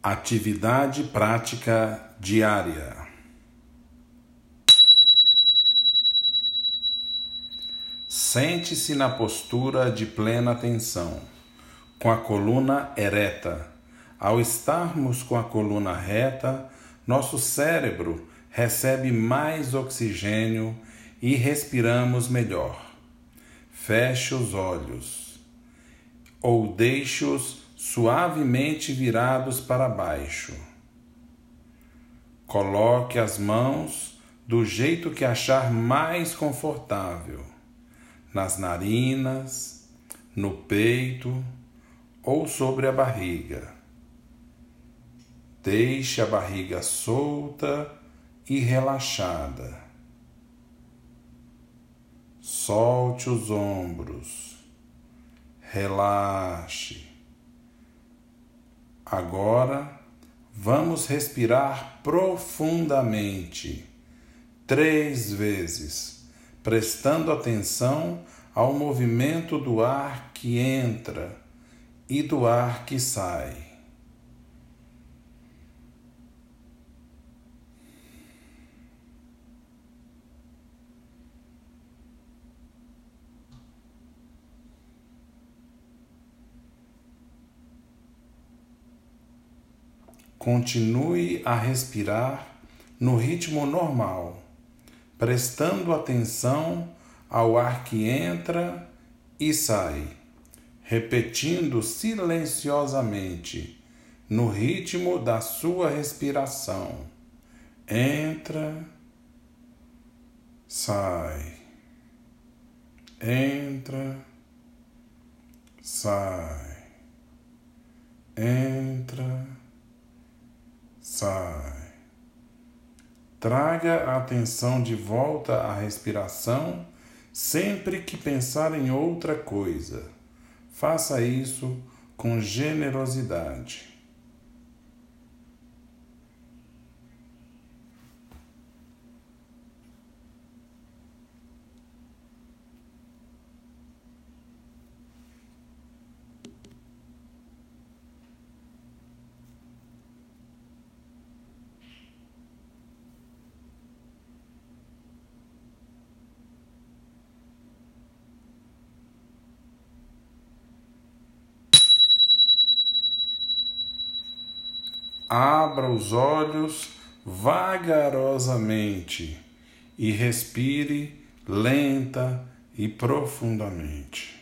Atividade prática diária. Sente-se na postura de plena atenção, com a coluna ereta. Ao estarmos com a coluna reta, nosso cérebro recebe mais oxigênio e respiramos melhor. Feche os olhos ou deixe-os suavemente virados para baixo. Coloque as mãos do jeito que achar mais confortável, nas narinas, no peito ou sobre a barriga. Deixe a barriga solta e relaxada. Solte os ombros. Relaxe. Agora, vamos respirar profundamente, 3 vezes, prestando atenção ao movimento do ar que entra e do ar que sai. Continue a respirar no ritmo normal, prestando atenção ao ar que entra e sai, repetindo silenciosamente no ritmo da sua respiração. Entra, sai, entra, sai, entra, sai. Traga a atenção de volta à respiração sempre que pensar em outra coisa. Faça isso com generosidade. Abra os olhos vagarosamente e respire lenta e profundamente.